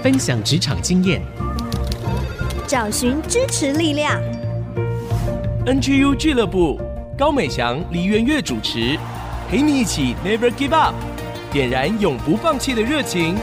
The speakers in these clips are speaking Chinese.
分享职场经验， 找寻支持力量。 NGU 俱乐部，高美翔、黎元月主持，陪你一起 Never Give Up， 点燃永不放弃的热情。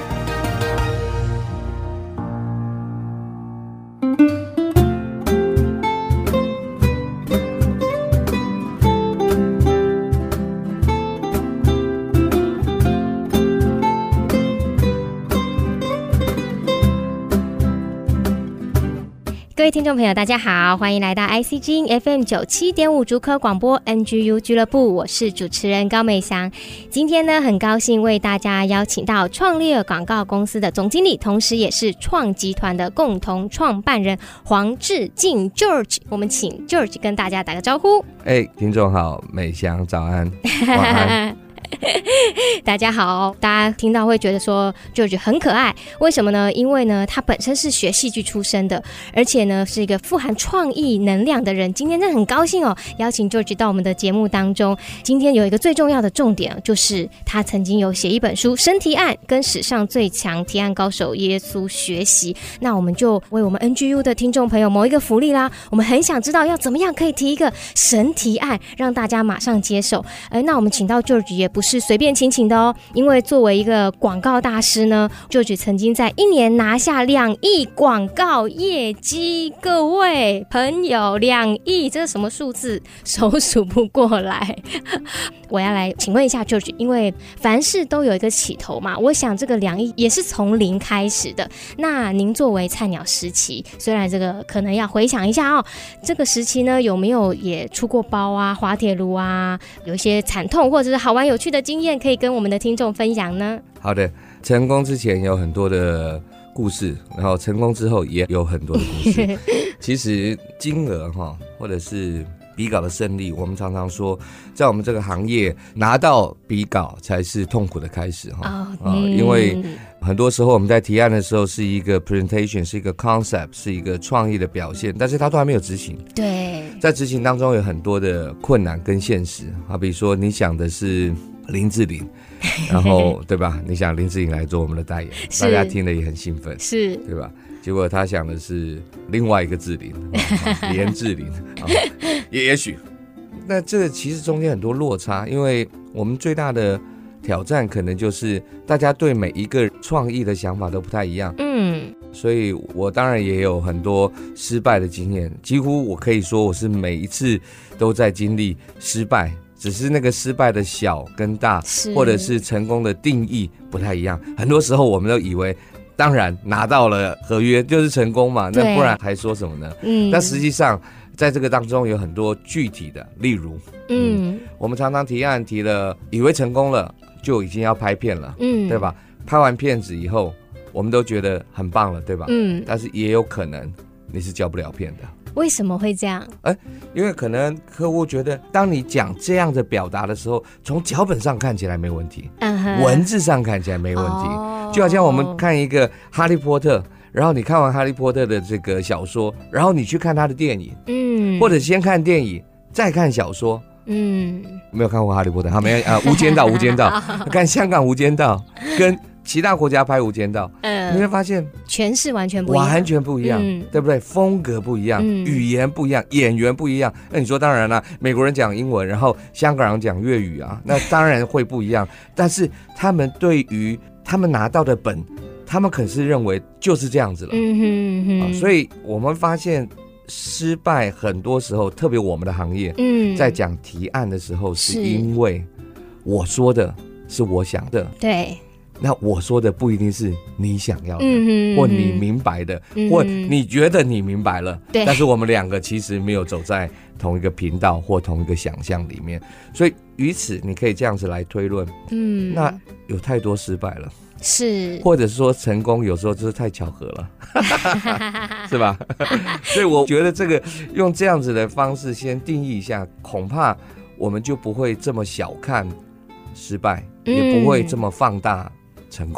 各位听众朋友大家好，欢迎来到 IC 之音 FM 97.5 竹科广播 NGU 俱乐部，我是主持人高美翔。今天呢，很高兴为大家邀请到创立广告公司的总经理，同时也是创集团的共同创办人黄志进 George。 我们请 George 跟大家打个招呼。 听众好，美翔早安，晚安。 大家好，大家听到会觉得说 George 很可爱，为什么呢？因为呢，他本身是学戏剧出身的，而且呢是一个富含创意能量的人。今天真的很高兴邀请 George 到我们的节目当中。今天有一个最重要的重点，就是他曾经有写一本书《神提案》，跟史上最强提案高手耶稣学习。那我们就为我们 NGU 的听众朋友谋一个福利啦，我们很想知道要怎么样可以提一个神提案，让大家马上接手。那我们请到 George 也不是随便请的因为作为一个广告大师呢， George 曾经在1年拿下2亿广告业绩。各位朋友，2亿这是什么数字？手数不过来。我要来请问一下 George， 因为凡事都有一个起头嘛，我想这个2亿也是从0开始的。那您作为菜鸟时期，虽然这个可能要回想一下这个时期呢，有没有也出过包啊、滑铁卢啊，有一些惨痛或者是好玩有趣的经验可以跟我们的听众分享呢？ 好的，成功之前有很多的故事，然后成功之后也有很多的故事。其实金额或者是比稿的胜利，我们常常说在我们这个行业拿到比稿才是痛苦的开始因为很多时候我们在提案的时候是一个 presentation， 是一个 concept， 是一个创意的表现，但是它都还没有执行。 对，在执行当中有很多的困难跟现实，好比说你想的是林志玲，然后对吧？你想林志玲来做我们的代言，大家听了也很兴奋，是，对吧？结果他想的是另外一个志玲，连志玲，也许，那这其实中间很多落差，因为我们最大的挑战可能就是大家对每一个创意的想法都不太一样，所以我当然也有很多失败的经验，几乎我可以说我是每一次都在经历失败。只是那个失败的小跟大，或者是成功的定义不太一样。很多时候我们都以为，当然拿到了合约就是成功嘛，那不然还说什么呢？但实际上在这个当中有很多具体的，例如，我们常常提案提了，以为成功了，就已经要拍片了，对吧？拍完片子以后，我们都觉得很棒了，对吧？但是也有可能你是交不了片的。 为什么会这样？ 因为可能客户觉得，当你讲这样的表达的时候，从脚本上看起来没问题，文字上看起来没问题，就好像我们看一个哈利波特，然后你看完哈利波特的这个小说，然后你去看他的电影，或者先看电影再看小说，没有看过哈利波特，无间道，无间道，看香港无间道跟其他国家拍无间道，你会发现诠释完全不一样， 完全不一样，对不对？风格不一样，语言不一样，演员不一样。那你说当然了，美国人讲英文，然后香港人讲粤语啊，那当然会不一样。但是他们对于他们拿到的本，他们可是认为就是这样子了。所以我们发现失败很多时候，特别我们的行业，在讲提案的时候，是因为我说的是我想的，对。那我说的不一定是你想要的，或你明白的，或你觉得你明白了，但是我们两个其实没有走在同一个频道或同一个想象里面，所以于此你可以这样子来推论，那有太多失败了，是，或者说成功有时候就是太巧合了，是吧？所以我觉得这个用这样子的方式先定义一下，恐怕我们就不会这么小看失败，也不会这么放大成功。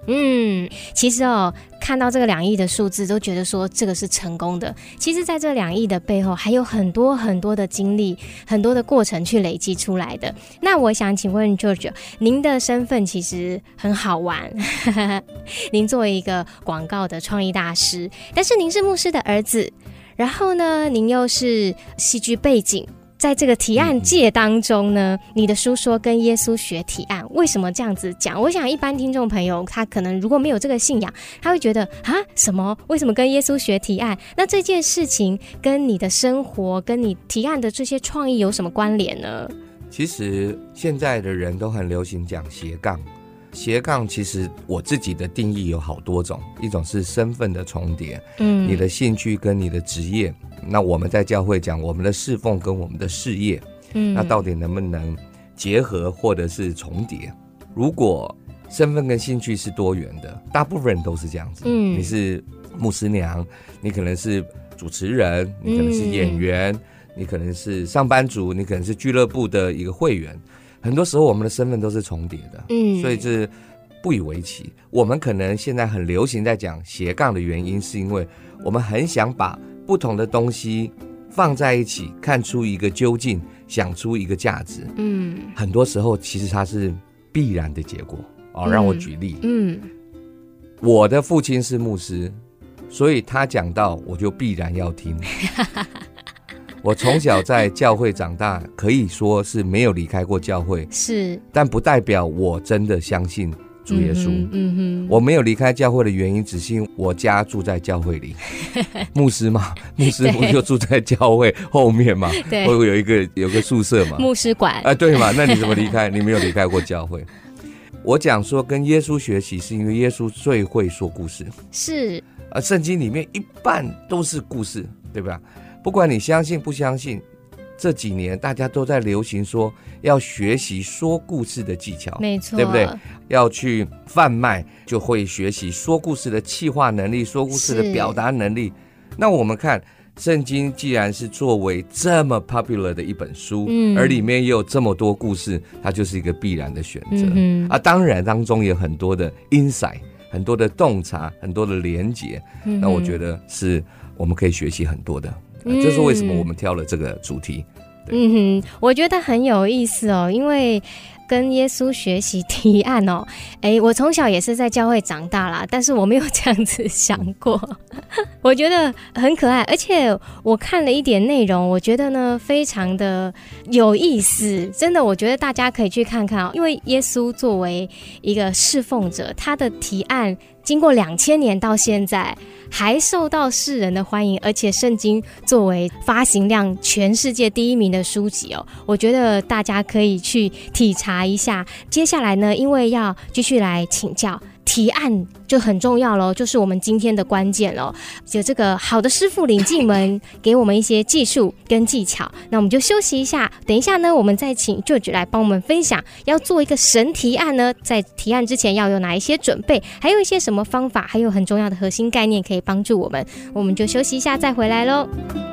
其实看到这个2亿的数字都觉得说这个是成功的，其实在这2亿的背后还有很多很多的经历，很多的过程去累积出来的。那我想请问 George， 您的身份其实很好玩您作为一个广告的创意大师，但是您是牧师的儿子，然后呢您又是戏剧背景，在这个提案界当中呢，你的书说跟耶稣学提案，为什么这样子讲？我想一般听众朋友他可能如果没有这个信仰，他会觉得什么？为什么跟耶稣学提案？那这件事情跟你的生活跟你提案的这些创意有什么关联呢？ 其实现在的人都很流行讲斜杠，斜杠其实我自己的定义有好多种，一种是身份的重叠，你的兴趣跟你的职业，那我们在教会讲我们的侍奉跟我们的事业，那到底能不能结合或者是重叠？如果身份跟兴趣是多元的，大部分人都是这样子，你是牧师娘，你可能是主持人，你可能是演员，你可能是上班族，你可能是俱乐部的一个会员，很多时候我们的身份都是重叠的，所以这不以为奇。我们可能现在很流行在讲斜杠的原因，是因为我们很想把不同的东西放在一起，看出一个究竟，想出一个价值。很多时候其实它是必然的结果。让我举例，我的父亲是牧师，所以他讲到我就必然要听。我从小在教会长大，可以说是没有离开过教会，是，但不代表我真的相信主耶稣。我没有离开教会的原因，只是因为我家住在教会里。牧师嘛，牧师不就住在教会后面嘛，会有一个宿舍嘛， 牧师馆。 对嘛？那你怎么离开？你没有离开过教会。我讲说跟耶稣学习，是因为耶稣最会说故事，是，圣经里面一半都是故事，对吧？不管你相信不相信，这几年大家都在流行说要学习说故事的技巧，没错，对不对？要去贩卖，就会学习说故事的企划能力，说故事的表达能力。那我们看圣经既然是作为这么 popular 的一本书，而里面也有这么多故事，它就是一个必然的选择。当然当中有很多的 insight， 很多的洞察，很多的连结，那我觉得是我们可以学习很多的。这是为什么我们挑了这个主题。 我觉得很有意思因为跟耶稣学习提案我从小也是在教会长大啦，但是我没有这样子想过。我觉得很可爱，而且我看了一点内容，我觉得呢非常的有意思，真的，我觉得大家可以去看看因为耶稣作为一个侍奉者，他的提案经过2000年到现在还受到世人的欢迎，而且圣经作为发行量全世界第1名的书籍我觉得大家可以去体察一下。接下来呢，因为要继续来请教提案就很重要咯，就是我们今天的关键咯，有这个好的师傅领进门，给我们一些技术跟技巧。那我们就休息一下，等一下呢我们再请 George 来帮我们分享，要做一个神提案呢，在提案之前要有哪一些准备，还有一些什么方法，还有很重要的核心概念可以帮助我们。我们就休息一下再回来咯。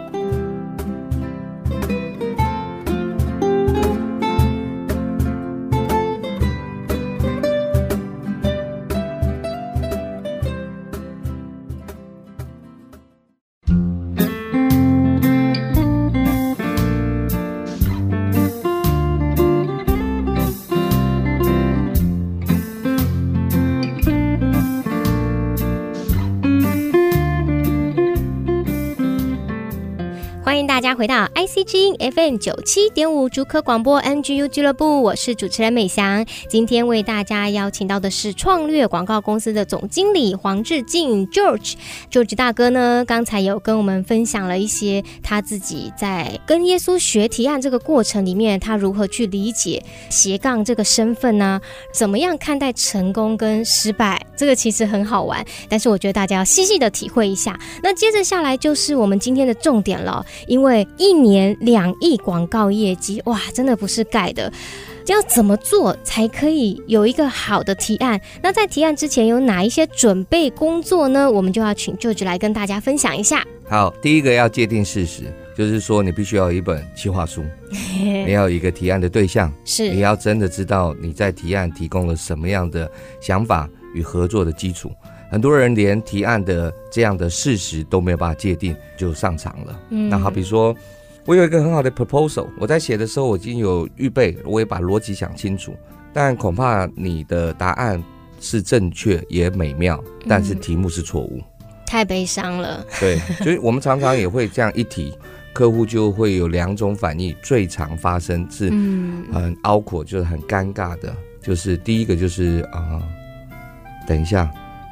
欢迎大家回到 ICG FM 97.5 竹科广播 NGU 俱乐部，我是主持人美翔。今天为大家邀请到的是创略广告公司的总经理黄志进 George 大哥呢，刚才有跟我们分享了一些他自己在跟耶稣学提案这个过程里面，他如何去理解斜杠这个身份呢？怎么样看待成功跟失败？这个其实很好玩，但是我觉得大家要细细的体会一下。那接着下来就是我们今天的重点了，因为1年2亿广告业绩，哇，真的不是盖的。要怎么做才可以有一个好的提案？那在提案之前有哪一些准备工作呢？我们就要请 George 来跟大家分享一下。 好，第一个要界定事实，就是说你必须要有一本企划书，你要有一个提案的对象，是你要真的知道你在提案提供了什么样的想法， 与合作的基础。很多人连提案的这样的事实都没有办法界定就上场了。那好比说我有一个很好的 proposal， 我在写的时候我已经有预备，我也把逻辑想清楚，但恐怕你的答案是正确也美妙，但是题目是错误， 太悲伤了。 对，所以我们常常也会这样一提，客户就会有2种反应，最常发生是很awkward，就是很尴尬的，就是第一个就是等一下，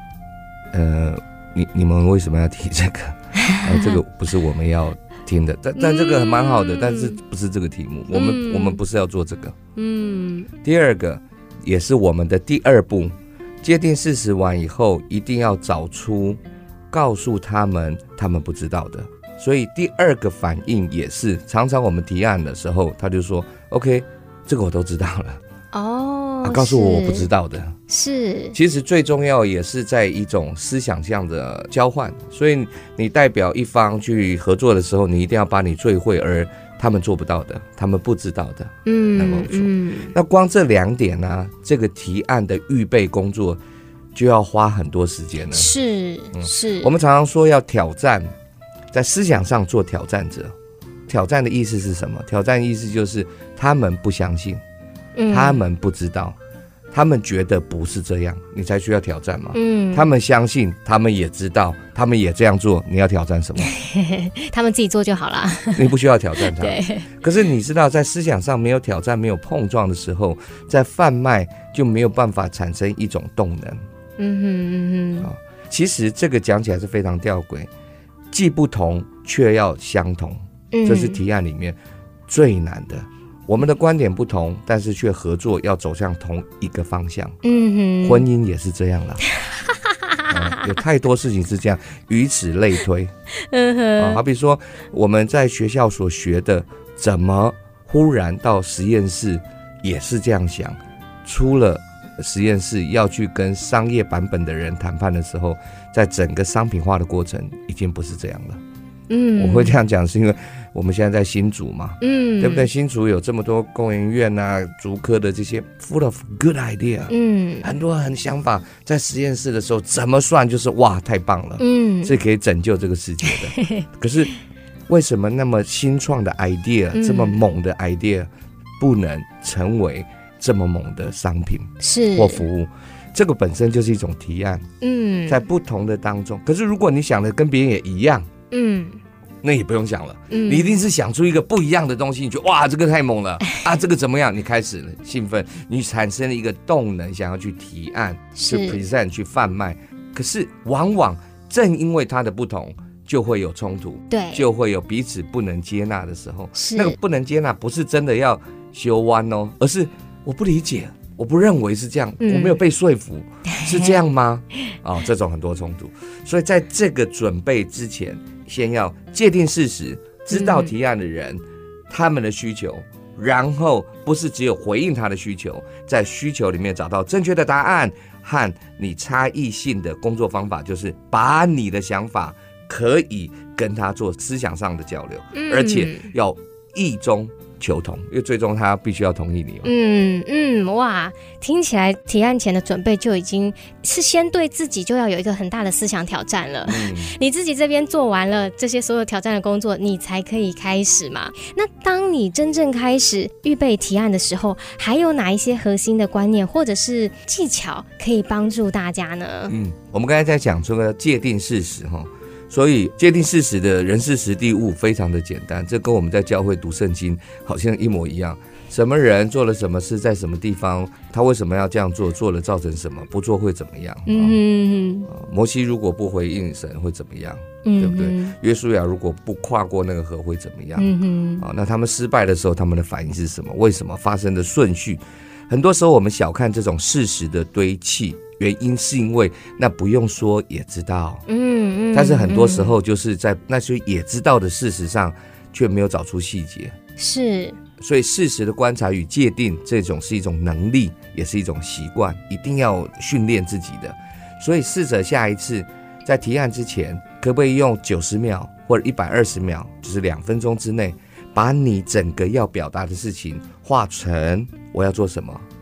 你们为什么要提这个？这个不是我们要听的，但这个蛮好的，但是不是这个题目，我们不是要做这个。第二个也是我们的第2步，界定事实完以后，一定要找出告诉他们不知道的。所以第2个反应也是，常常我们提案的时候，他就说 OK， 这个我都知道了。告诉我不知道的。 是， 其实最重要也是在一种思想上的交换。所以你代表一方去合作的时候，你一定要把你最会而他们做不到的，他们不知道的能够做。那光这2点呢，这个提案的预备工作就要花很多时间了。 是。 我们常常说要挑战，在思想上做挑战者。挑战的意思是什么？挑战的意思就是他们不相信，他们不知道，他们觉得不是这样，你才需要挑战嘛。他们相信，他们也知道，他们也这样做，你要挑战什么？ 他们自己做就好了，你不需要挑战他。对。可是你知道，在思想上没有挑战、没有碰撞的时候，在贩卖就没有办法产生一种动能。其实这个讲起来是非常吊诡，既不同却要相同，这是提案里面最难的。我们的观点不同，但是却合作要走向同一个方向。婚姻也是这样啦。有太多事情是这样，以此类推。好比说我们在学校所学的，怎么忽然到实验室也是这样想，出了实验室要去跟商业版本的人谈判的时候，在整个商品化的过程已经不是这样了。我会这样讲是因为我们现在在新竹嘛，对不对？新竹有这么多工研院啊、竹科的这些 full of good idea，很多很想法，在实验室的时候怎么算就是哇太棒了，是可以拯救这个世界的。可是为什么那么新创的 idea，这么猛的 idea，不能成为这么猛的商品或服务？这个本身就是一种提案，在不同的当中。可是如果你想的跟别人也一样，那也不用想了，你一定是想出一个不一样的东西，你觉得哇这个太猛了啊，这个怎么样？你开始了兴奋，你产生了一个动能，想要去提案、去 present、去贩卖。可是往往正因为它的不同，就会有冲突，对，就会有彼此不能接纳的时候。那个不能接纳不是真的要修弯哦，而是我不理解，我不认为是这样，我没有被说服，是这样吗？这种很多冲突。所以在这个准备之前，先要界定事实，知道提案的人他们的需求，然后不是只有回应他的需求，在需求里面找到正确的答案和你差异性的工作方法，就是把你的想法可以跟他做思想上的交流，而且要异中求同，因为最终他必须要同意你嘛。 哇，听起来提案前的准备就已经是先对自己就要有一个很大的思想挑战了。你自己这边做完了这些所有挑战的工作，你才可以开始嘛。那当你真正开始预备提案的时候，还有哪一些核心的观念或者是技巧可以帮助大家呢？ 我们刚才在讲这个界定事实哈。所以界定事实的人事时地物非常的简单，这跟我们在教会读圣经好像一模一样。什么人做了什么事，在什么地方，他为什么要这样做，做了造成什么，不做会怎么样？摩西如果不回应神会怎么样？对不对？约书亚如果不跨过那个河会怎么样？那他们失败的时候，他们的反应是什么？为什么发生的顺序？很多时候我们小看这种事实的堆砌，原因是因为那不用说也知道，但是很多时候就是在那些也知道的事实上却没有找出细节。是，所以事实的观察与界定，这种是一种能力，也是一种习惯，一定要训练自己的。所以试着下一次在提案之前，可不可以用90秒或者120秒，就是2分钟之内，把你整个要表达的事情画成我要做什么，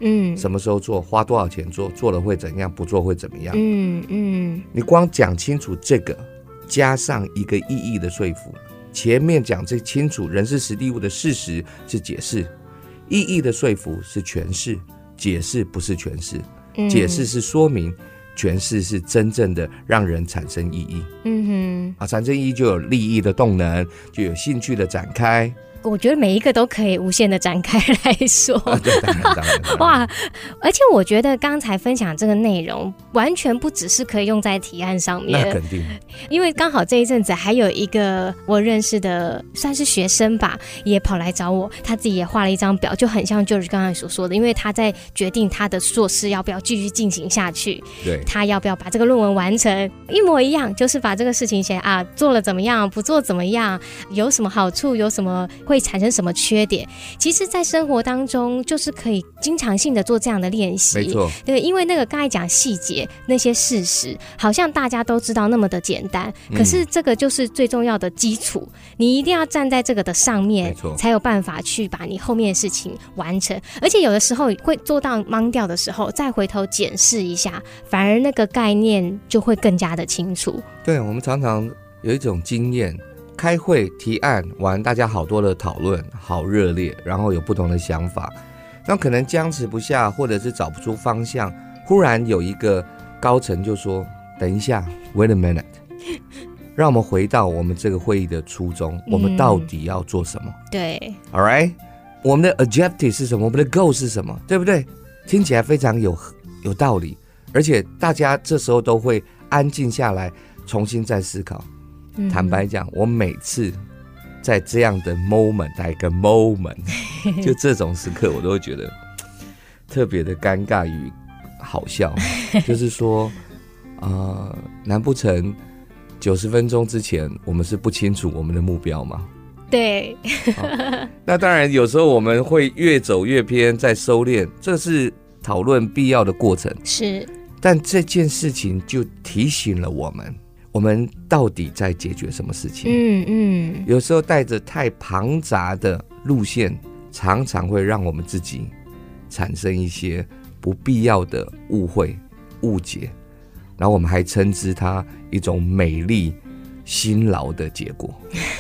什么时候做，花多少钱做，做了会怎样，不做会怎么样。你光讲清楚这个，加上一个意义的说服，前面讲这清楚人事时地物的事实是解释，意义的说服是诠释，解释不是诠释，解释是说明，诠释是真正的让人产生意义。产生意义就有利益的动能，就有兴趣的展开。 我觉得每一个都可以无限的展开来说。 对，当然。 哇！而且我觉得刚才分享这个内容，完全不只是可以用在提案上面。 那肯定。 因为刚好这一阵子还有一个我认识的算是学生吧，也跑来找我，他自己也画了一张表，就很像就是刚才所说的，因为他在决定他的硕士要不要继续进行下去， 对， 他要不要把这个论文完成，一模一样，就是把这个事情写做了怎么样，不做怎么样，有什么好处，有什么会产生什么缺点。其实在生活当中就是可以经常性的做这样的练习。 没错， 对，因为那个刚才讲细节那些事实好像大家都知道那么的简单，可是这个就是最重要的基础，你一定要站在这个的上面，才有办法去把你后面的事情完成。而且有的时候会做到懵掉的时候，再回头检视一下，反而那个概念就会更加的清楚。 对，我们常常有一种经验，开会提案完，大家好多的讨论，好热烈，然后有不同的想法，那可能僵持不下，或者是找不出方向，忽然有一个高层就说，等一下 wait a minute， 让我们回到我们这个会议的初衷，我们到底要做什么。 对 Alright， 我们的 objective 是什么，我们的 goal 是什么，对不对？听起来非常有道理，而且大家这时候都会安静下来，重新再思考。坦白讲，我每次在这样的 moment 就这种时刻，我都会觉得特别的尴尬与好笑。就是说难不成90分钟之前我们是不清楚我们的目标吗？ 对那当然有时候我们会越走越偏，再收敛，这是讨论必要的过程。 是， 但这件事情就提醒了我们到底在解决什么事情。有时候带着太庞杂的路线，常常会让我们自己产生一些不必要的误会误解，然后我们还称之它一种美丽辛劳的结果。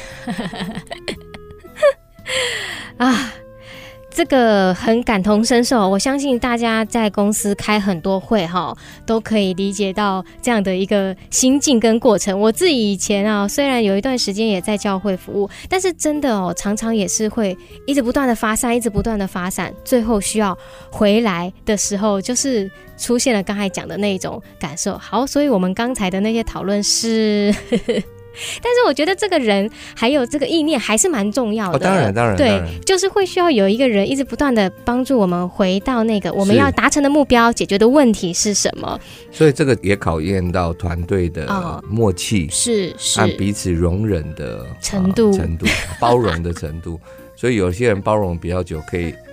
这个很感同身受，我相信大家在公司开很多会都可以理解到这样的一个心境跟过程。我自己以前虽然有一段时间也在教会服务，但是真的常常也是会一直不断的发散，最后需要回来的时候，就是出现了刚才讲的那种感受。好，所以我们刚才的那些讨论是但是我觉得这个人还有这个意念还是蛮重要的。 当然对，就是会需要有一个人一直不断的帮助我们回到那个我们要达成的目标，解决的问题是什么。所以这个也考验到团队的默契， 是和彼此容忍的程度包容的程度。所以有些人包容比较久，可以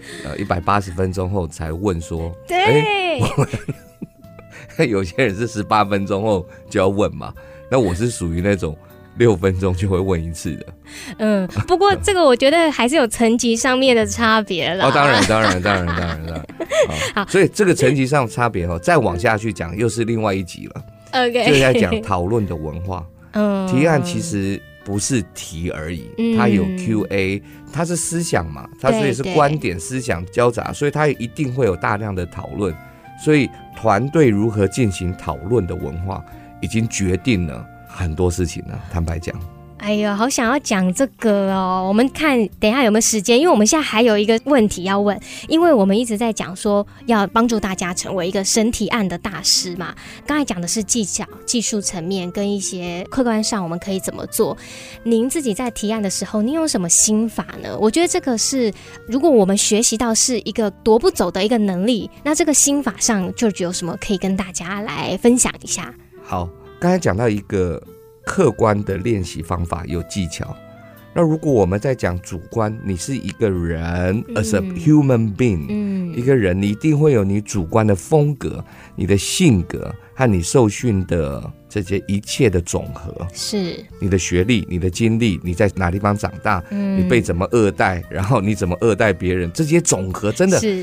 180分钟后才问说， 对有些人是18分钟后就要问嘛，那我是属于那种6分钟就会问一次的。 不过这个我觉得还是有层级上面的差别啦。 当然好，所以这个层级上的差别再往下去讲又是另外一集了。 OK， 就是在讲讨论的文化。提案其实不是提而已，它有 QA， 它是思想嘛，它所以是观点思想交杂，所以它一定会有大量的讨论。所以团队如何进行讨论的文化已经决定了很多事情了，坦白讲。 哎呦，好想要讲这个哦！我们看等一下有没有时间，因为我们现在还有一个问题要问，因为我们一直在讲说要帮助大家成为一个审提案的大师嘛。刚才讲的是技巧、技术层面跟一些客观上我们可以怎么做。您自己在提案的时候，您有什么心法呢？我觉得这个是，如果我们学习到是一个夺不走的一个能力，那这个心法上就有什么可以跟大家来分享一下？ 好，刚才讲到一个客观的练习方法有技巧，那如果我们在讲主观，你是一个人，as a human being，一个人你一定会有你主观的风格，你的性格和你受训的这些一切的总和， 是你的学历、你的经历、你在哪地方长大，你被怎么恶待，然后你怎么恶待别人，这些总和真的是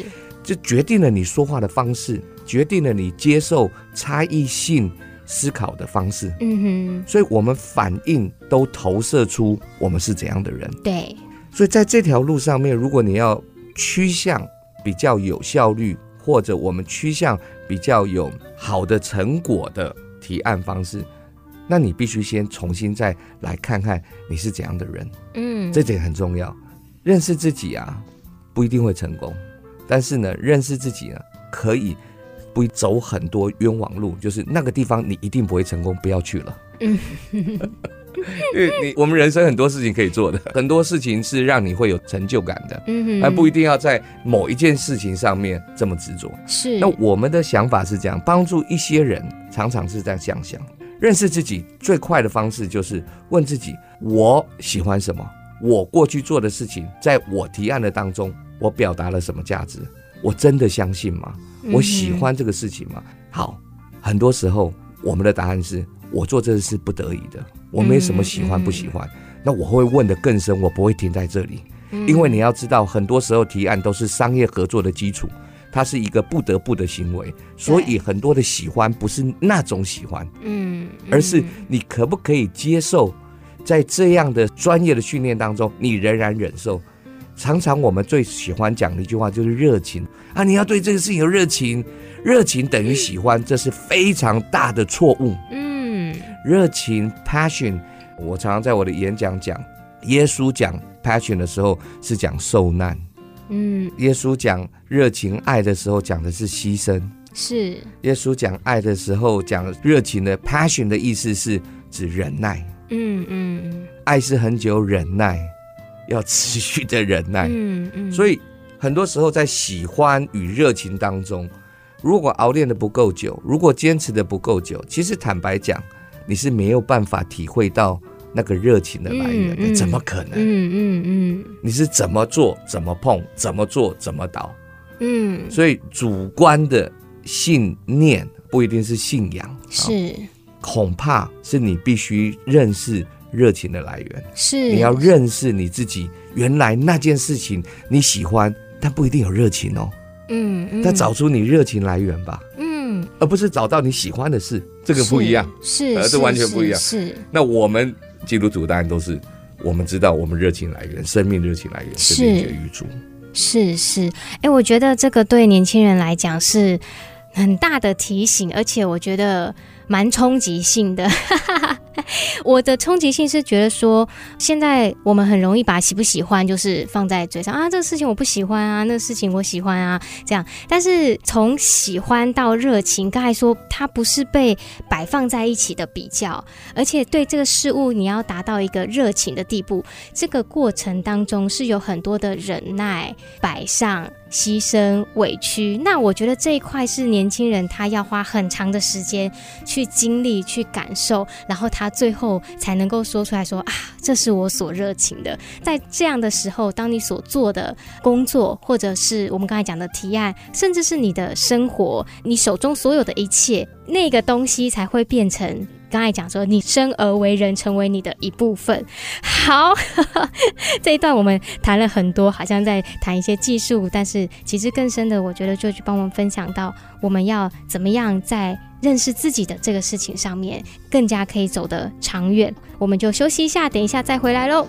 就决定了你说话的方式，决定了你接受差异性思考的方式。所以我们反应都投射出我们是怎样的人。 对， 所以在这条路上面，如果你要趋向比较有效率，或者我们趋向比较有好的成果的提案方式，那你必须先重新再来看看你是怎样的人。这点很重要。认识自己啊，不一定会成功，但是呢，认识自己呢，可以不走很多冤枉路，就是那个地方你一定不会成功，不要去了。因为我们人生很多事情可以做的，很多事情是让你会有成就感的，而不一定要在某一件事情上面这么执着。 是。 那我们的想法是这样，帮助一些人常常是在这样想。认识自己最快的方式就是问自己：我喜欢什么？我过去做的事情，在我提案的当中，我表达了什么价值？我真的相信吗？我喜欢这个事情吗？好，很多时候我们的答案是：我做这是不得已的，我没什么喜欢不喜欢。那我会问得更深，我不会停在这里，因为你要知道，很多时候提案都是商业合作的基础，它是一个不得不的行为，所以很多的喜欢不是那种喜欢，而是你可不可以接受，在这样的专业的训练当中，你仍然忍受。常常我们最喜欢讲的一句话就是热情啊，你要对这个事情有热情，热情等于喜欢，这是非常大的错误。热情 passion， 我常常在我的演讲讲，耶稣讲 passion 的时候是讲受难，耶稣讲热情爱的时候讲的是牺牲，是耶稣讲爱的时候讲热情的 passion 的意思是指忍耐，爱是很久忍耐，要持续的忍耐，所以很多时候在喜欢与热情当中，如果熬练的不够久，如果坚持的不够久，其实坦白讲，你是没有办法体会到那个热情的来源的，怎么可能？你是怎么做怎么碰，怎么做怎么倒。所以主观的信念不一定是信仰，是恐怕是你必须认识热情的来源，是你要认识你自己，原来那件事情你喜欢，但不一定有热情哦。但找出你热情来源吧，而不是找到你喜欢的事，这个不一样，这完全不一样。是，那我们基督徒当然都是，我们知道我们热情来源，生命热情来源是连接于主。 是，我觉得这个对年轻人来讲是很大的提醒，而且我觉得蛮冲击性的。我的冲击性是觉得说，现在我们很容易把喜不喜欢就是放在嘴上啊，这个事情我不喜欢啊，那个事情我喜欢啊，这样。但是从喜欢到热情，刚才说它不是被摆放在一起的比较，而且对这个事物你要达到一个热情的地步，这个过程当中是有很多的忍耐、摆上、牺牲、委屈。那我觉得这一块是年轻人他要花很长的时间去经历、去感受，然后他最后才能够说出来说啊，这是我所热情的。在这样的时候，当你所做的工作，或者是我们刚才讲的提案，甚至是你的生活，你手中所有的一切，那个东西才会变成刚才讲说你生而为人，成为你的一部分。好，这一段我们谈了很多，好像在谈一些技术，但是其实更深的，我觉得就去帮我们分享到我们要怎么样在认识自己的这个事情上面更加可以走得长远。我们就休息一下，等一下再回来咯。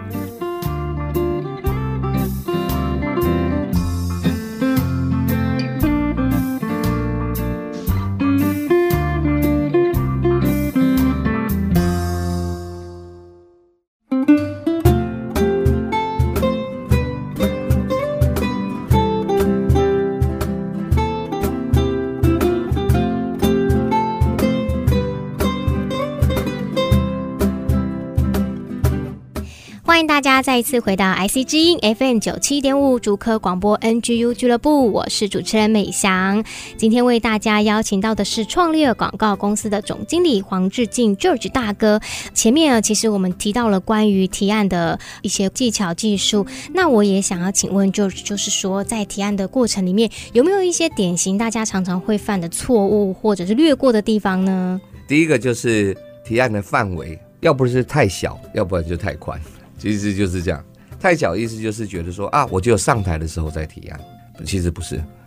欢迎大家再一次回到 IC 之音 FM97.5 竹科广播 NGU 俱乐部，我是主持人美翔。今天为大家邀请到的是创立广告公司的总经理黄志进 George 大哥。前面其实我们提到了关于提案的一些技巧技术，那我也想要请问 George， 就是说在提案的过程里面有没有一些典型大家常常会犯的错误或者是略过的地方呢？ 第一个就是提案的范围，要不是太小，要不然就太宽。其实就是这样，太小意思就是觉得说啊，我只有上台的时候再提案，其实不是。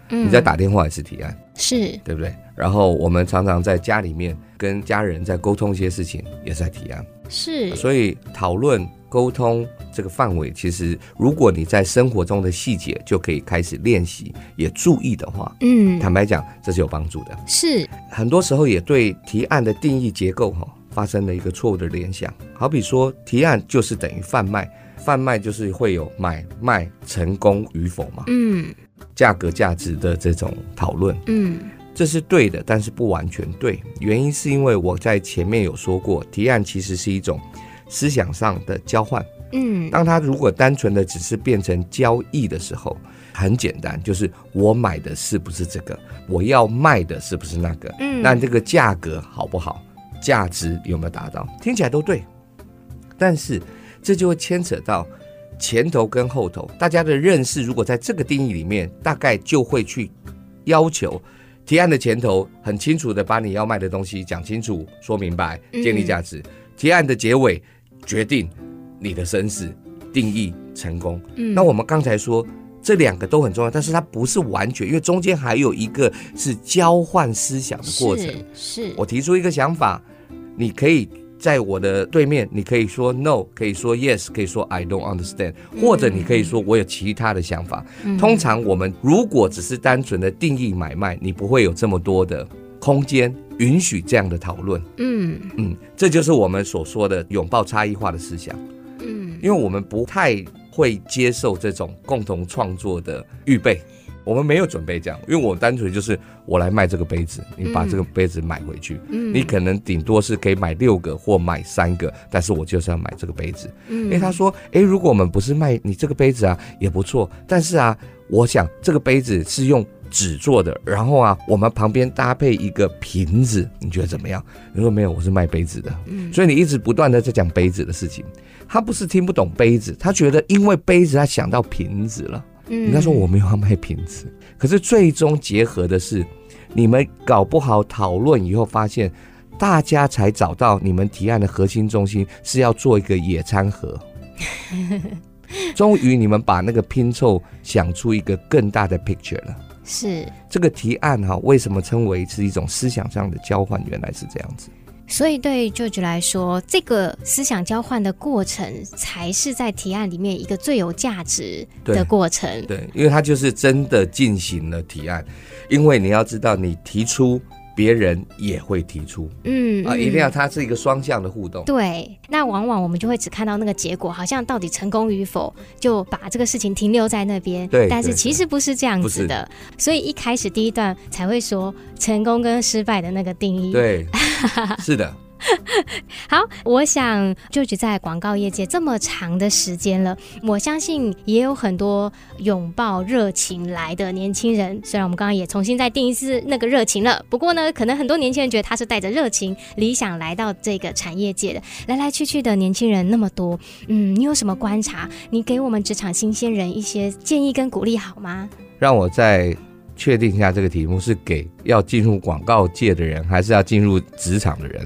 你在打电话也是提案， 是， 对不对？然后我们常常在家里面跟家人在沟通一些事情，也是在提案， 是。 所以讨论沟通这个范围，其实如果你在生活中的细节就可以开始练习，也注意的话，坦白讲，这是有帮助的。是，很多时候也对提案的定义结构发生了一个错误的联想。好比说，提案就是等于贩卖，贩卖就是会有买卖成功与否嘛，价格价值的这种讨论，这是对的，但是不完全对。原因是因为我在前面有说过，提案其实是一种思想上的交换。当它如果单纯的只是变成交易的时候，很简单，就是我买的是不是这个，我要卖的是不是那个，那这个价格好不好，价值有没有达到，听起来都对，但是这就会牵扯到前头跟后头，大家的认识如果在这个定义里面，大概就会去要求提案的前头很清楚的把你要卖的东西讲清楚说明白，建立价值，提案的结尾决定你的生死，定义成功。那我们刚才说这两个都很重要，但是它不是完全，因为中间还有一个是交换思想的过程。是我提出一个想法，你可以在我的对面，你可以说 no， 可以说 yes， 可以说 I don't understand， 或者你可以说我有其他的想法。通常我们如果只是单纯的定义买卖，你不会有这么多的空间允许这样的讨论。这就是我们所说的拥抱差异化的思想。因为我们不太会接受这种共同创作的预备，我们没有准备这样，因为我单纯就是我来卖这个杯子，你把这个杯子买回去，你可能顶多是可以买6个或买3个，但是我就是要买这个杯子。他说如果我们不是卖你这个杯子啊也不错，但是啊我想这个杯子是用纸做的，然后啊我们旁边搭配一个瓶子，你觉得怎么样？你说没有，我是卖杯子的。所以你一直不断的在讲杯子的事情，他不是听不懂杯子，他觉得因为杯子他想到瓶子了。你刚说我没有要卖瓶子，可是最终结合的是你们搞不好讨论以后发现大家才找到你们提案的核心中心是要做一个野餐盒。终于你们把那个拼凑想出一个更大的 picture 了。是这个提案为什么称为是一种思想上的交换，原来是这样子。 所以对 George 来说，这个思想交换的过程才是在提案里面一个最有价值的过程。 对， 因为它就是真的进行了提案。因为你要知道，你提出别人也会提出，一定要它是一个双向的互动。对， 那往往我们就会只看到那个结果，好像到底成功与否，就把这个事情停留在那边。对，但是其实不是这样子的。所以一开始第一段才会说成功跟失败的那个定义。 对，是的。 好，我想George在广告业界这么长的时间了，我相信也有很多拥抱热情来的年轻人。虽然我们刚刚也重新再定义是那个热情了，不过呢，可能很多年轻人觉得他是带着热情理想来到这个产业界的。来来去去的年轻人那么多，你有什么观察？你给我们职场新鲜人一些建议跟鼓励好吗？ 让我再确定一下，这个题目是给要进入广告界的人，还是要进入职场的人？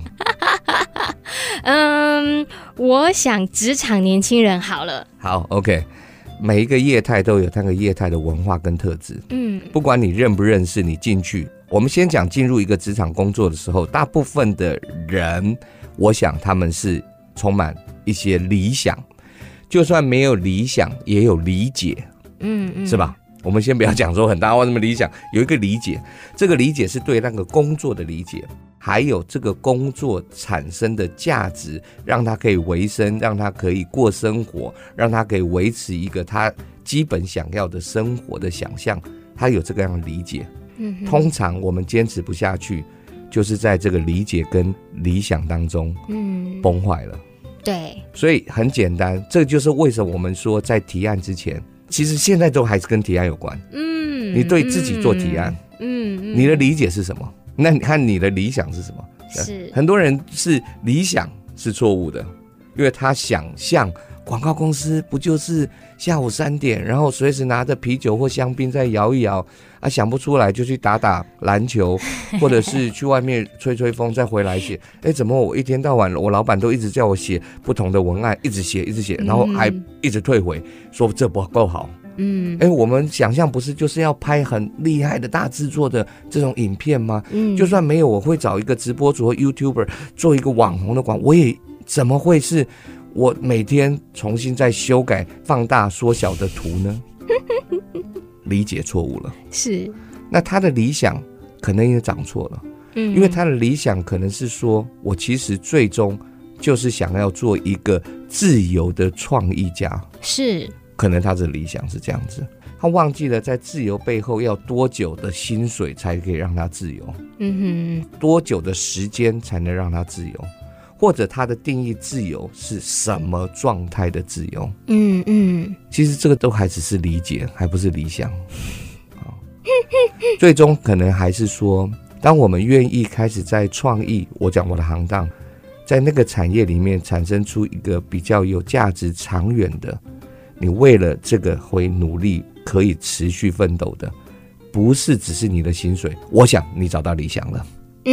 我想职场年轻人好了。 好 ，OK。每一个业态都有那个业态的文化跟特质。不管你认不认识，你进去，我们先讲进入一个职场工作的时候，大部分的人，我想他们是充满一些理想，就算没有理想，也有理解。是吧？我们先不要讲说很大什么理想，有一个理解，这个理解是对那个工作的理解，还有这个工作产生的价值，让他可以维生，让他可以过生活，让他可以维持一个他基本想要的生活的想象，他有这个样的理解。通常我们坚持不下去，就是在这个理解跟理想当中崩坏了。对，所以很简单，这就是为什么我们说在提案之前，其实现在都还是跟提案有关。你对自己做提案，你的理解是什么？那你看你的理想是什么？是很多人是理想是错误的，因为他想象广告公司不就是下午3点，然后随时拿着啤酒或香槟再摇一摇啊，想不出来就去打打篮球，或者是去外面吹吹风再回来写。怎么我一天到晚我老板都一直叫我写不同的文案，一直写，然后还一直退回，说这不够好。 我们想象不是就是要拍很厉害的大制作的这种影片吗？就算没有，我会找一个直播主或 YouTuber 做一个网红的广告，我也怎么会是我每天重新再修改、放大、缩小的图呢？理解错误了。 是。 那他的理想可能也长错了。因为他的理想可能是说，我其实最终就是想要做一个自由的创意家， 是， 可能他的理想是这样子，他忘记了在自由背后要多久的薪水才可以让他自由，多久的时间才能让他自由，或者他的定义自由是什么状态的自由，其实这个都还只是理解，还不是理想。最终可能还是说，当我们愿意开始在创意，我讲我的行当，在那个产业里面产生出一个比较有价值、长远的，你为了这个会努力，可以持续奋斗的，不是只是你的薪水。我想你找到理想了。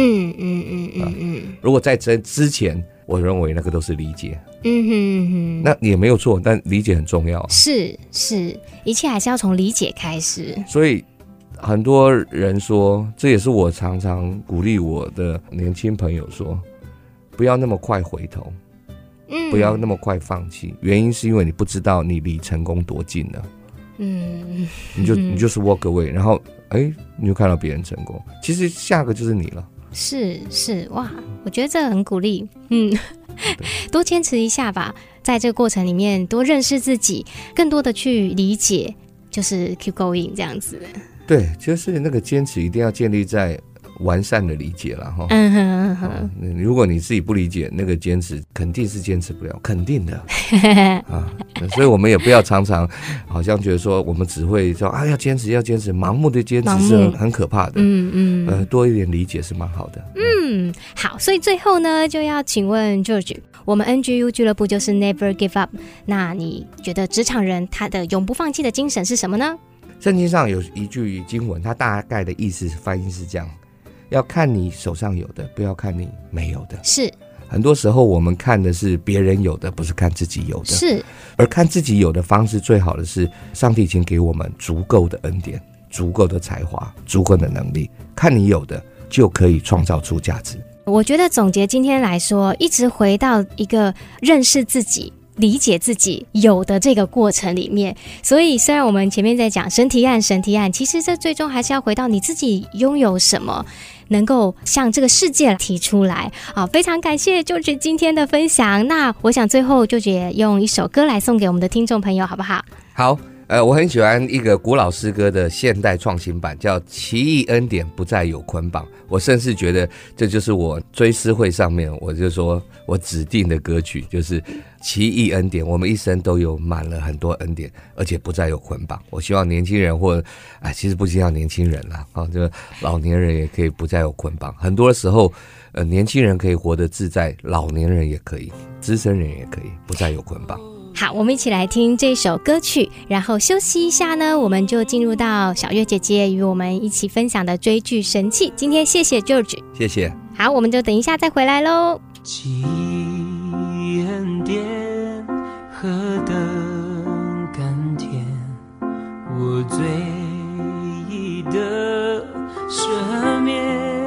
如果在这之前，我认为那个都是理解。那也没有错，但理解很重要。 是，一切还是要从理解开始。 所以很多人说，这也是我常常鼓励我的年轻朋友说，不要那么快回头，不要那么快放弃。原因是因为你不知道你离成功多近了。你就是 walk away， 然后你就看到别人成功，其实下个就是你了。 是哇，我觉得这很鼓励。多坚持一下吧，在这个过程里面多认识自己，更多的去理解，就是 keep going 这样子。 对，就是那个坚持一定要建立在完善的理解啦。如果你自己不理解，那个坚持肯定是坚持不了，肯定的。所以我们也不要常常好像觉得说我们只会说要坚持，盲目的坚持是很可怕的。多一点理解是蛮好的。 好，所以最后呢，就要请问 George， 我们 NGU 俱乐部就是 Never Give Up， 那你觉得职场人他的永不放弃的精神是什么呢？ 圣经上有一句经文，它大概的意思翻译是这样：要看你手上有的，不要看你没有的。是，很多时候我们看的是别人有的，不是看自己有的。是，而看自己有的方式最好的是，上帝已经给我们足够的恩典、足够的才华、足够的能力，看你有的就可以创造出价值。 我觉得总结今天来说，一直回到一个认识自己、理解自己有的这个过程里面。所以虽然我们前面在讲神提案，其实这最终还是要回到你自己拥有什么，能够向这个世界提出来。非常感谢George今天的分享。那我想最后George也用一首歌来送给我们的听众朋友，好不好？ 好。我很喜欢一个古老诗歌的现代创新版，叫《奇异恩典不再有捆绑》。我甚至觉得这就是我追思会上面，我就说我指定的歌曲就是奇异恩典。我们一生都有满了很多恩典，而且不再有捆绑。我希望年轻人或其实不仅要年轻人啦，就老年人也可以不再有捆绑。很多时候，年轻人可以活得自在，老年人也可以，资深人也可以不再有捆绑。 好，我们一起来听这首歌曲，然后休息一下呢，我们就进入到小月姐姐与我们一起分享的追剧神器。今天谢谢 George， 谢谢。 好，我们就等一下再回来咯。 奇恩典何等甘甜，我罪已得赦免，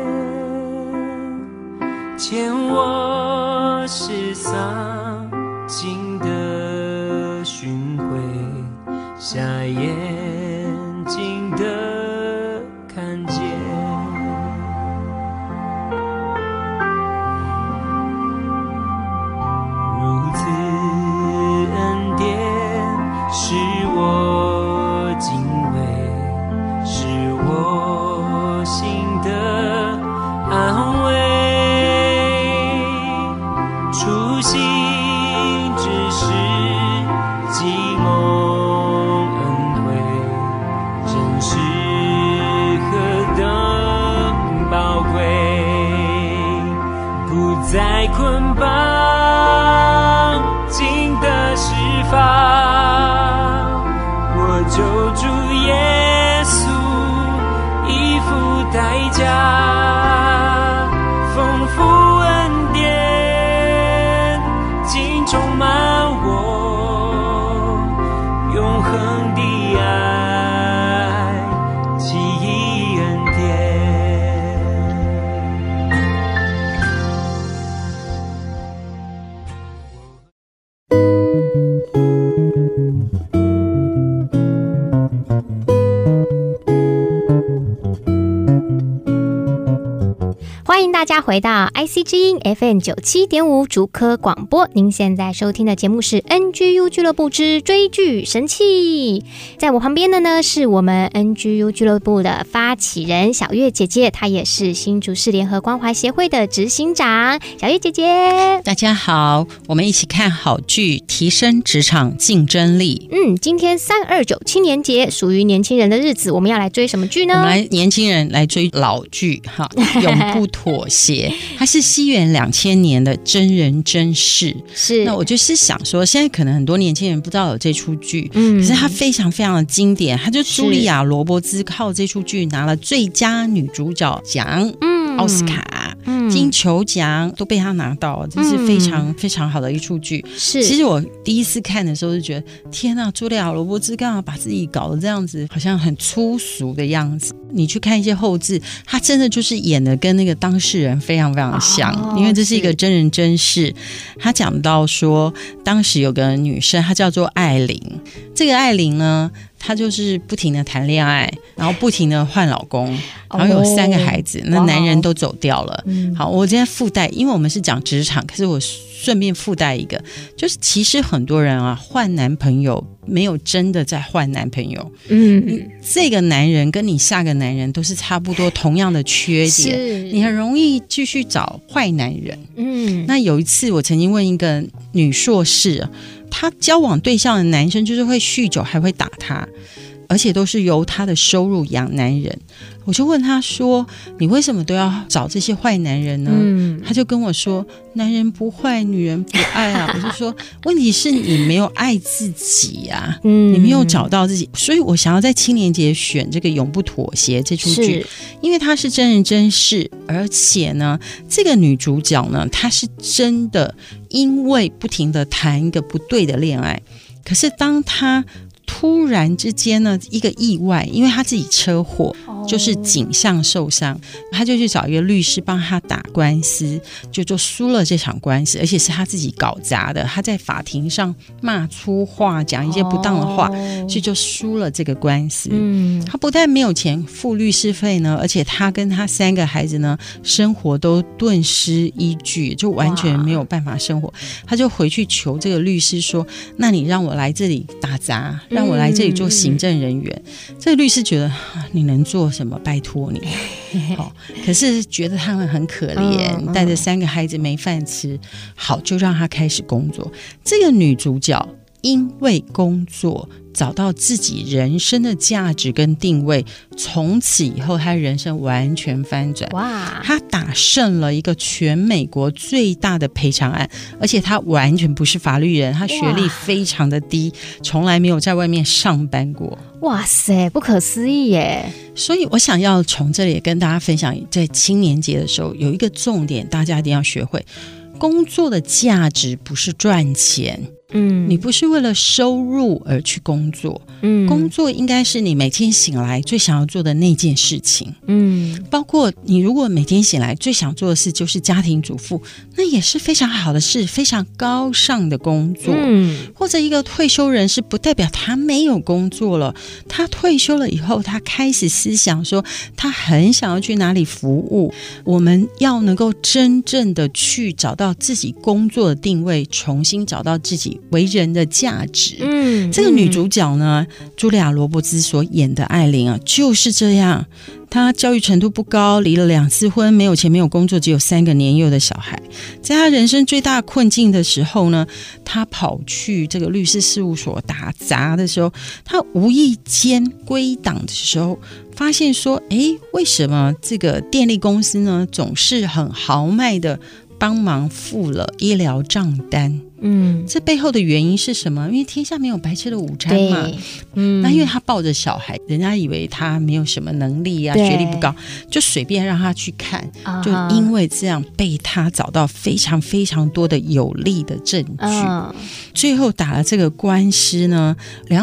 牵我世上经的巡回，瞎眼睛的看见，如此恩典使我敬畏，使我心的安慰，初心只是寂寞恩惠，真是何等宝贵，不再捆绑，尽的释放，我救主耶稣已付代价，丰富恩典尽充满我，永恒的爱迎大家回到 IC 之音 FM97.5 竹科广播。您现在收听的节目是 NGU 俱乐部之追剧神器。在我旁边的呢是我们 NGU 俱乐部的发起人小月姐姐，她也是新竹市联合关怀协会的执行长。小月姐姐， 大家好，我们一起看好剧，提升职场竞争力。 今天329青年节，属于年轻人的日子，我们要来追什么剧呢？ 我们来年轻人来追老剧哈，永不妥协。它是西元2000年的真人真事。 是， 那我就是想说，现在可能很多年轻人不知道有这出剧，可是它非常非常的经典。它就茱莉亚·罗伯兹靠这出剧拿了最佳女主角奖，奥斯卡、金球奖都被她拿到，这是非常非常好的一出剧。 是， 其实我第一次看的时候就觉得，天啊，茱莉亚·罗伯兹干嘛把自己搞得这样子，好像很粗俗的样子。你去看一些后制，她真的就是演的跟那个当事人非常非常像，因为这是一个真人真事。她讲到说，当时有个女生，她叫做艾琳。这个艾琳呢，她就是不停的谈恋爱，然后不停的换老公，然后有3个孩子，那男人都走掉了。好，我今天附带，因为我们是讲职场，可是我顺便附带一个，就是其实很多人啊换男朋友没有真的在换男朋友，这个男人跟你下个男人都是差不多同样的缺点，你很容易继续找坏男人。那有一次我曾经问一个女硕士，她交往对象的男生就是会酗酒还会打她，而且都是由她的收入养男人。我就问她说，你为什么都要找这些坏男人呢？她就跟我说，男人不坏女人不爱啊。我就说，问题是你没有爱自己啊，你没有找到自己。所以我想要在青年节选这个永不妥协这出剧，因为它是真人真事，而且呢这个女主角呢，她是真的因为不停的谈一个不对的恋爱，可是当她突然之间呢一个意外，因为他自己车祸，就是颈项受伤，他就去找一个律师帮他打官司，就输了这场官司，而且是他自己搞砸的。他在法庭上骂粗话，讲一些不当的话，所以就输了这个官司。他不但没有钱付律师费呢，而且他跟他3个孩子呢生活都顿失依据，就完全没有办法生活。他就回去求这个律师说，那你让我来这里打杂，让我来这里做行政人员。这个律师觉得你能做什么，拜托你。可是觉得他们很可怜，带着3个孩子没饭吃，好，就让他开始工作。这个女主角因为工作找到自己人生的价值跟定位，从此以后他人生完全翻转。哇！他打胜了一个全美国最大的赔偿案，而且他完全不是法律人，他学历非常的低，从来没有在外面上班过。 哇塞，不可思议耶！ 所以我想要从这里跟大家分享，在青年节的时候有一个重点，大家一定要学会，工作的价值不是赚钱。你不是为了收入而去工作，工作应该是你每天醒来最想要做的那件事情。包括你如果每天醒来最想做的事就是家庭主妇，那也是非常好的事，非常高尚的工作。或者一个退休人士，不代表他没有工作了，他退休了以后，他开始思想说他很想要去哪里服务。我们要能够真正的去找到自己工作的定位，重新找到自己为人的价值。这个女主角呢，茱莉亚·罗伯兹所演的艾琳啊，就是这样。她教育程度不高，离了2次婚，没有钱没有工作，只有3个年幼的小孩。在她人生最大困境的时候呢，她跑去这个律师事务所打杂的时候，她无意间归档的时候，发现说，为什么这个电力公司呢总是很豪迈的帮忙付了医疗账单？这背后的原因是什么？因为天下没有白吃的午餐嘛。那因为他抱着小孩，人家以为他没有什么能力啊，学历不高，就随便让他去看，就因为这样被他找到非常非常多的有利的证据。最后打了这个官司呢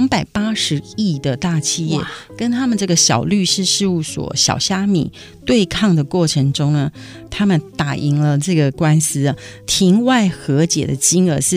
，280亿的大企业跟他们这个小律师事务所小虾米对抗的过程中呢，他们打赢了这个官司，庭外和解的金额是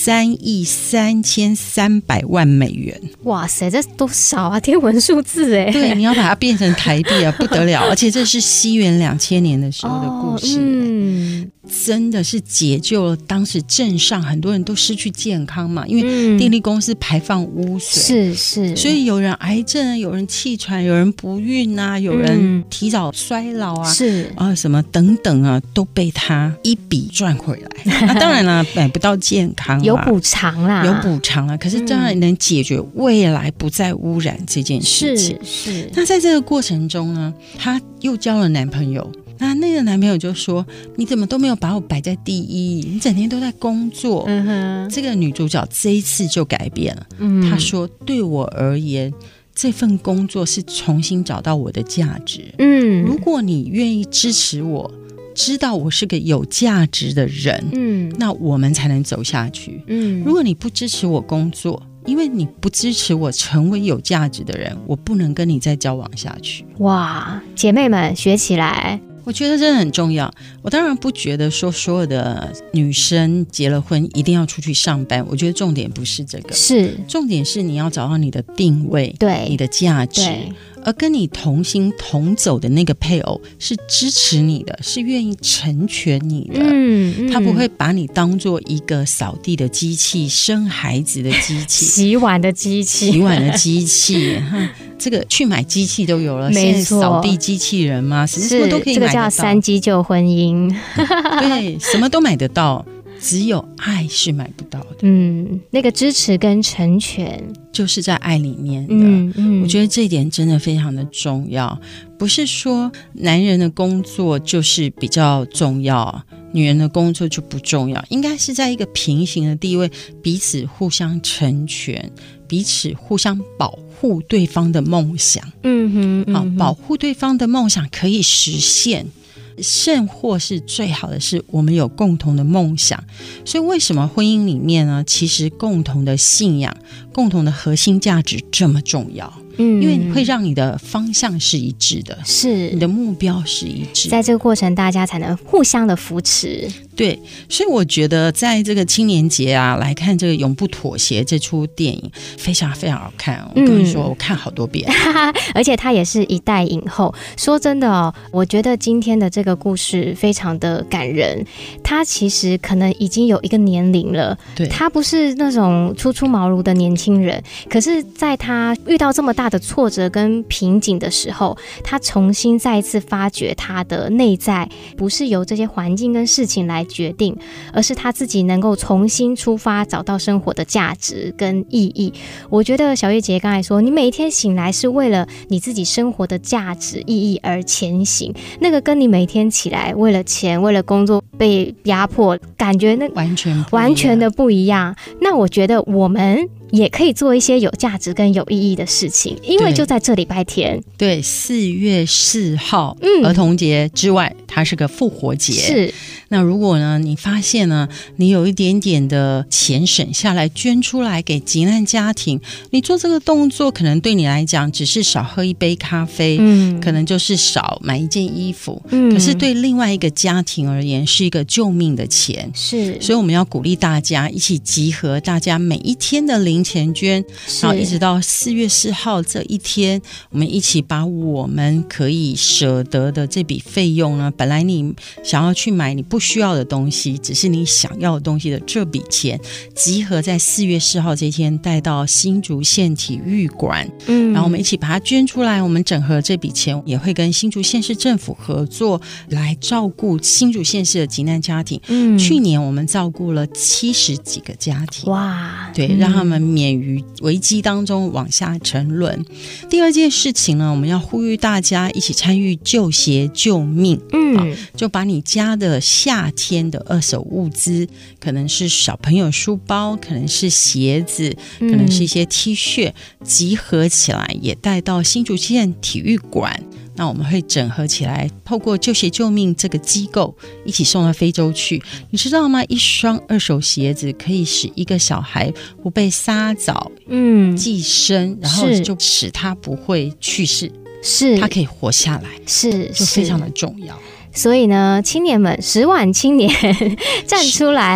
3.33亿美元。 哇塞，这多少啊，天文数字哎！ 对，你要把它变成台币啊，不得了！而且这是西元2000年的时候的故事，真的是解救了当时镇上很多人都失去健康嘛，因为电力公司排放污水， 是， 所以有人癌症，有人气喘，有人不孕啊，有人提早衰老啊， 是什么等等啊，都被他一笔赚回来。那当然啦，买不到健康啦， 有补偿啦， 可是当然能解决未来不再污染这件事情。 是。 那在这个过程中呢，她又交了男朋友。那个男朋友就说：“你怎么都没有把我摆在第一？你整天都在工作。”这个女主角这一次就改变了。她说：“对我而言，这份工作是重新找到我的价值。如果你愿意支持我，知道我是个有价值的人，那我们才能走下去。如果你不支持我工作，因为你不支持我成为有价值的人，我不能跟你再交往下去。” 哇，姐妹们学起来。 我觉得真的很重要。我当然不觉得说所有的女生结了婚一定要出去上班，我觉得重点不是这个， 是重点是你要找到你的定位，对，你的价值，而跟你同心同走的那个配偶是支持你的，是愿意成全你的，他不会把你当做一个扫地的机器、生孩子的机器、 洗碗的机器这个去买机器都有了，现在扫地机器人嘛，什么都可以买得到，这个叫3机救婚姻对，什么都买得到，只有爱是买不到的。 那个支持跟成全就是在爱里面的。我觉得这一点真的非常的重要，不是说男人的工作就是比较重要，女人的工作就不重要，应该是在一个平行的地位，彼此互相成全，彼此互相保护对方的梦想。保护对方的梦想可以实现，甚或是最好的是我们有共同的梦想。所以为什么婚姻里面呢，其实共同的信仰、共同的核心价值这么重要？因为会让你的方向是一致的，是你的目标是一致， 在这个过程大家才能互相的扶持。 对，所以我觉得在这个青年节啊来看这个永不妥协这出电影非常非常好看。我跟你说，我看好多遍而且它也是一代影后。说真的哦，我觉得今天的这个故事非常的感人，他其实可能已经有一个年龄了，对，他不是那种初出茅庐的年轻人，可是在他遇到这么大的挫折跟瓶颈的时候，他重新再一次发掘他的内在，不是由这些环境跟事情来决定，而是他自己能够重新出发，找到生活的价值跟意义。我觉得小月姐刚才说，你每一天醒来是为了你自己生活的价值意义而前行，那个跟你每天起来为了钱为了工作被压迫，感觉那完全的不一样。那我觉得我们也可以做一些有价值跟有意义的事情，因为就在这礼拜天， 对，4月4号儿童节之外，它是个复活节。是，那如果呢你发现呢你有一点点的钱省下来捐出来给急难家庭，你做这个动作可能对你来讲只是少喝一杯咖啡，可能就是少买一件衣服，可是对另外一个家庭而言是一个救命的钱。是，所以我们要鼓励大家一起集合大家每一天的零钱捐，然后一直到4月4号这一天，我们一起把我们可以舍得的这笔费用呢，本来你想要去买你不需要的东西，只是你想要的东西的这笔钱，集合在4月4号这天带到新竹县体育馆，然后我们一起把它捐出来。我们整合这笔钱也会跟新竹县市政府合作，来照顾新竹县市的急难家庭。去年我们照顾了70几个家庭，哇，对，让他们免于危机当中往下沉沦。第二件事情呢，我们要呼吁大家一起参与救鞋救命。就把你家的夏天的二手物资，可能是小朋友书包，可能是鞋子，可能是一些 T 恤，集合起来也带到新竹县体育馆。那我们会整合起来，透过救鞋救命这个机构一起送到非洲去。你知道吗？一双二手鞋子可以使一个小孩不被沙蚤寄生，然后就使他不会去世，是他可以活下来，是就非常的重要。 所以呢，青年们，10万青年站出来，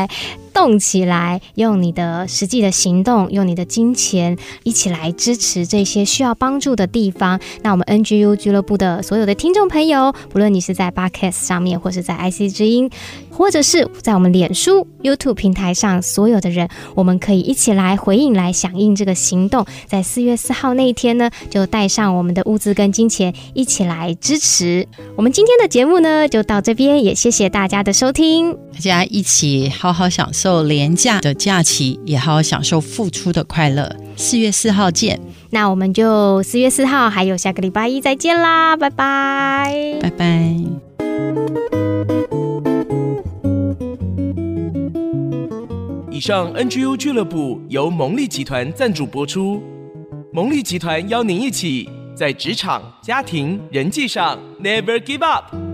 动起来，用你的实际的行动，用你的金钱一起来支持这些需要帮助的地方。那我们 NGU 俱乐部的所有的听众朋友，不论你是在 Podcast 上面，或是在 IC 之音，或者是在我们脸书 YouTube 平台上，所有的人我们可以一起来回应，来响应这个行动。在4月4号那一天呢，就带上我们的物资跟金钱一起来支持。我们今天的节目呢就到这边，也谢谢大家的收听， 大家一起好好享受连假的假期，也好好享受付出的快乐。4月4号见。 那我们就4月4号还有下个礼拜一再见啦，拜拜拜拜。 以上 NGU 俱乐部由蒙利集团赞助播出。蒙利集团邀您一起在职场、家庭、人际上 Never Give Up。